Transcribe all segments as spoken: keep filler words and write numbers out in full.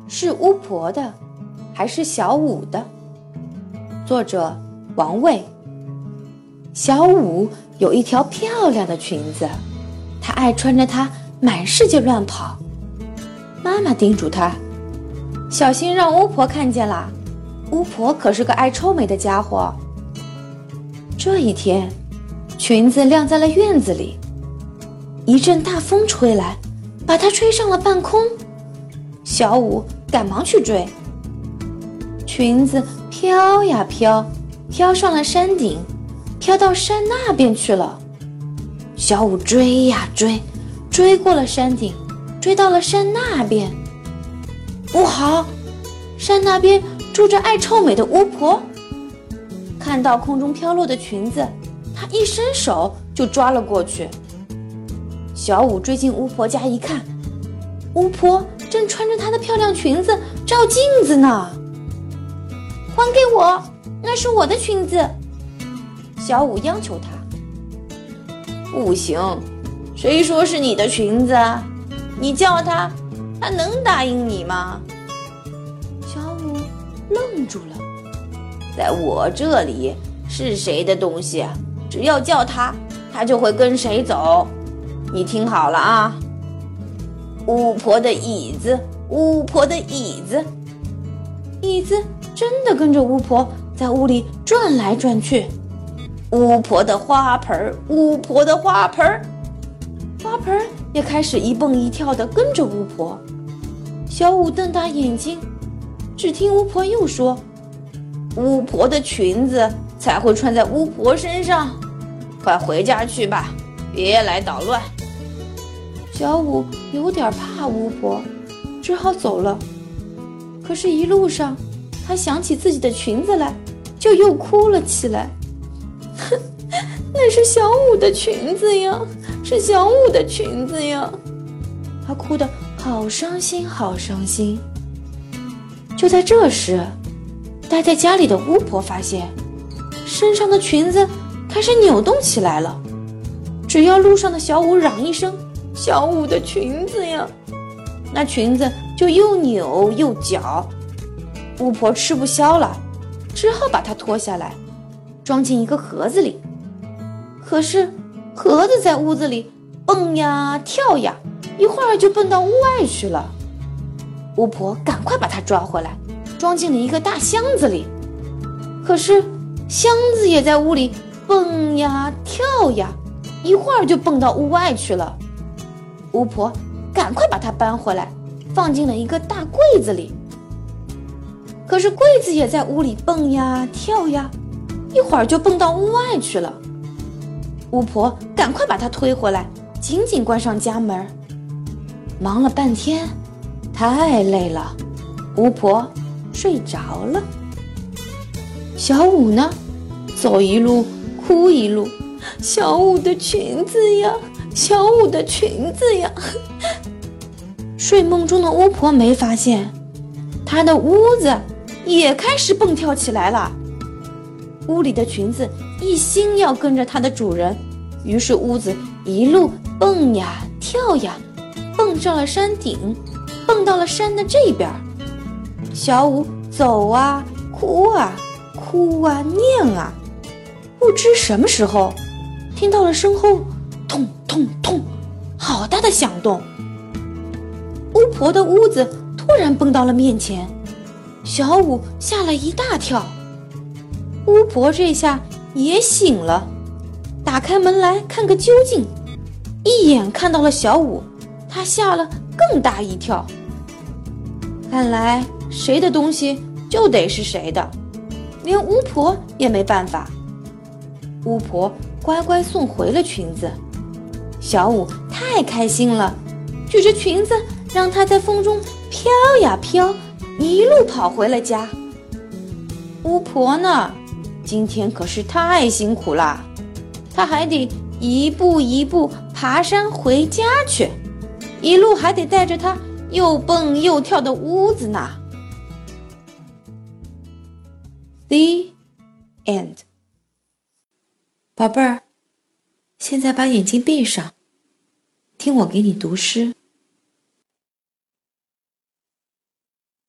是巫婆的，还是小舞的？作者王卫。小舞有一条漂亮的裙子，她爱穿着它满世界乱跑。妈妈叮嘱她，小心让巫婆看见啦，巫婆可是个爱臭美的家伙。这一天，裙子晾在了院子里，一阵大风吹来，把它吹上了半空。小舞赶忙去追，裙子飘呀飘，飘上了山顶，飘到山那边去了。小舞追呀追，追过了山顶，追到了山那边。不好，山那边住着爱臭美的巫婆。看到空中飘落的裙子，她一伸手就抓了过去。小舞追进巫婆家一看，巫婆正穿着她的漂亮裙子照镜子呢。还给我，那是我的裙子！小舞央求她。不行，谁说是你的裙子啊？你叫她，她能答应你吗？小舞愣住了。在我这里，是谁的东西，只要叫她，她就会跟谁走。你听好了啊！巫婆的椅子，巫婆的椅子。椅子真的跟着巫婆在屋里转来转去。巫婆的花盆，巫婆的花盆，花盆也开始一蹦一跳地跟着巫婆。小舞瞪大眼睛，只听巫婆又说，巫婆的裙子才会穿在巫婆身上，快回家去吧，别来捣乱。小舞有点怕巫婆，只好走了。可是一路上，她想起自己的裙子来，就又哭了起来。那是小舞的裙子呀，是小舞的裙子呀。她哭得好伤心，好伤心。就在这时，待在家里的巫婆发现，身上的裙子开始扭动起来了。只要路上的小舞嚷一声，小舞的裙子呀，那裙子就又扭又绞。巫婆吃不消了，只好把它脱下来，装进一个盒子里。可是盒子在屋子里蹦呀跳呀，一会儿就蹦到屋外去了。巫婆赶快把它抓回来，装进了一个大箱子里。可是箱子也在屋里蹦呀跳呀，一会儿就蹦到屋外去了。巫婆赶快把它搬回来，放进了一个大柜子里。可是柜子也在屋里蹦呀跳呀，一会儿就蹦到屋外去了。巫婆赶快把它推回来，紧紧关上家门。忙了半天，太累了，巫婆睡着了。小舞呢，走一路哭一路，小舞的裙子呀，小舞的裙子呀。睡梦中的巫婆没发现，她的屋子也开始蹦跳起来了。屋里的裙子一心要跟着它的主人，于是屋子一路蹦呀跳呀，蹦上了山顶，蹦到了山的这边。小舞走啊哭啊，哭啊念啊，不知什么时候听到了身后痛痛痛好大的响动。巫婆的屋子突然蹦到了面前，小舞吓了一大跳。巫婆这下也醒了，打开门来看个究竟，一眼看到了小舞，她吓了更大一跳。看来谁的东西就得是谁的，连巫婆也没办法。巫婆乖乖送回了裙子，小舞太开心了，举着裙子让她在风中飘呀飘，一路跑回了家。巫婆呢，今天可是太辛苦啦，她还得一步一步爬山回家去，一路还得带着她又蹦又跳的屋子呢。The end。 宝贝儿，现在把眼睛闭上，听我给你读诗。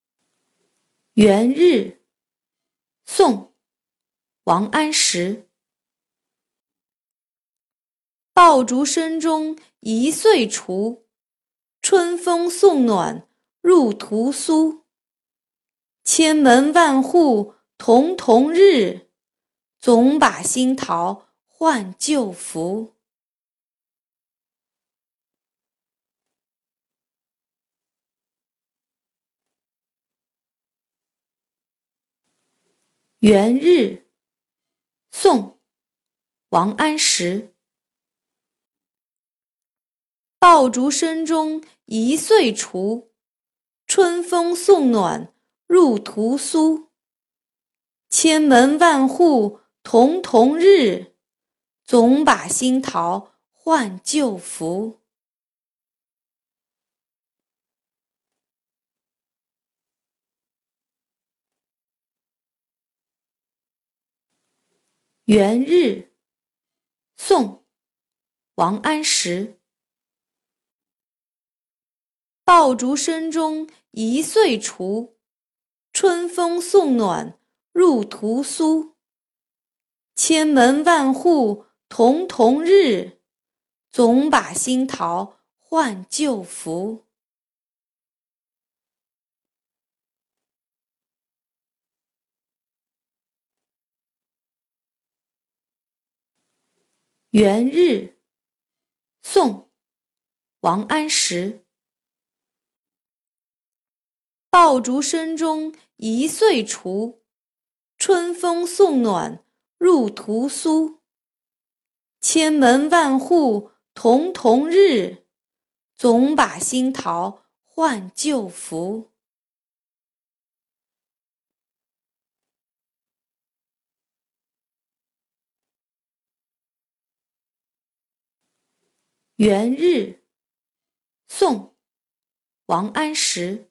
元日，宋，王安石。爆竹声中一岁除，春风送暖入屠苏。千门万户曈曈日，总把新桃换旧符。元日，宋，王安石。爆竹声中一岁除，春风送暖入屠苏。千门万户曈曈日，总把新桃换旧符。元日，宋，王安石。爆竹声中一岁除，春风送暖入屠苏。千门万户曈曈日，总把新桃换旧符。元日，宋，王安石。爆竹声中一岁除，春风送暖入屠苏。千门万户曈曈日，总把新桃换旧符。元日，宋，王安石。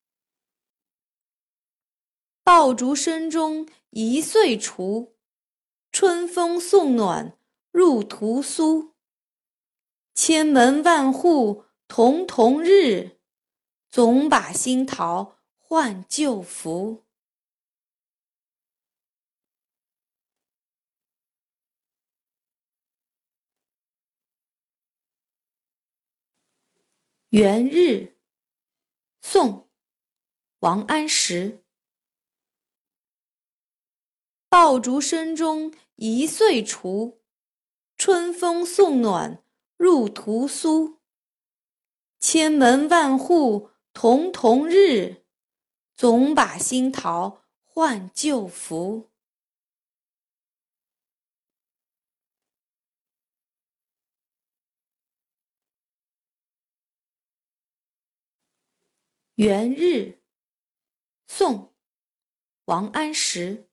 爆竹声中一岁除，春风送暖入屠苏。千门万户曈曈日，总把新桃换旧符。元日，宋，王安石。爆竹声中一岁除，春风送暖入屠苏。千门万户曈曈日，总把新桃换旧符。元日，宋，王安石。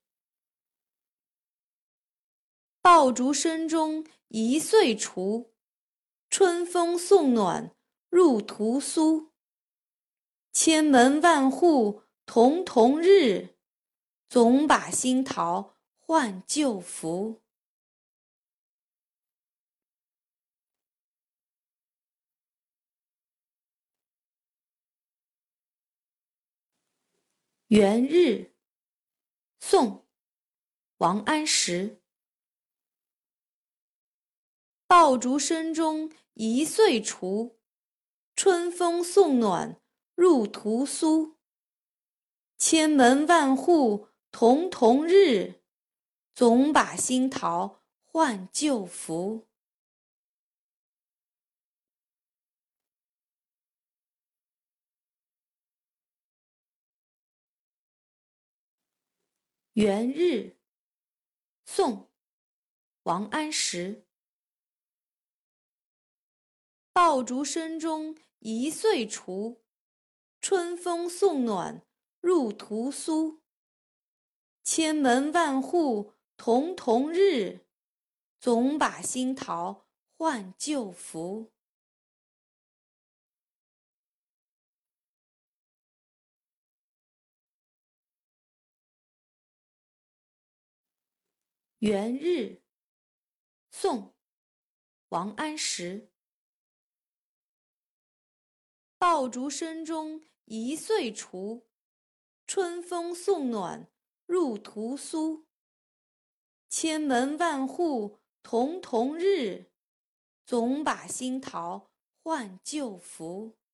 爆竹声中一岁除，春风送暖入屠苏。千门万户曈曈日，总把新桃换旧符。元日，宋，王安石。爆竹声中一岁除，春风送暖入屠苏。千门万户曈曈日，总把新桃换旧符。元日，宋，王安石。爆竹声中一岁除，春风送暖入屠苏。千门万户曈曈日，总把新桃换旧符。元日，宋，王安石。爆竹声中一岁除， 春风送暖入屠苏。千门万户曈曈日，总把新桃换旧符。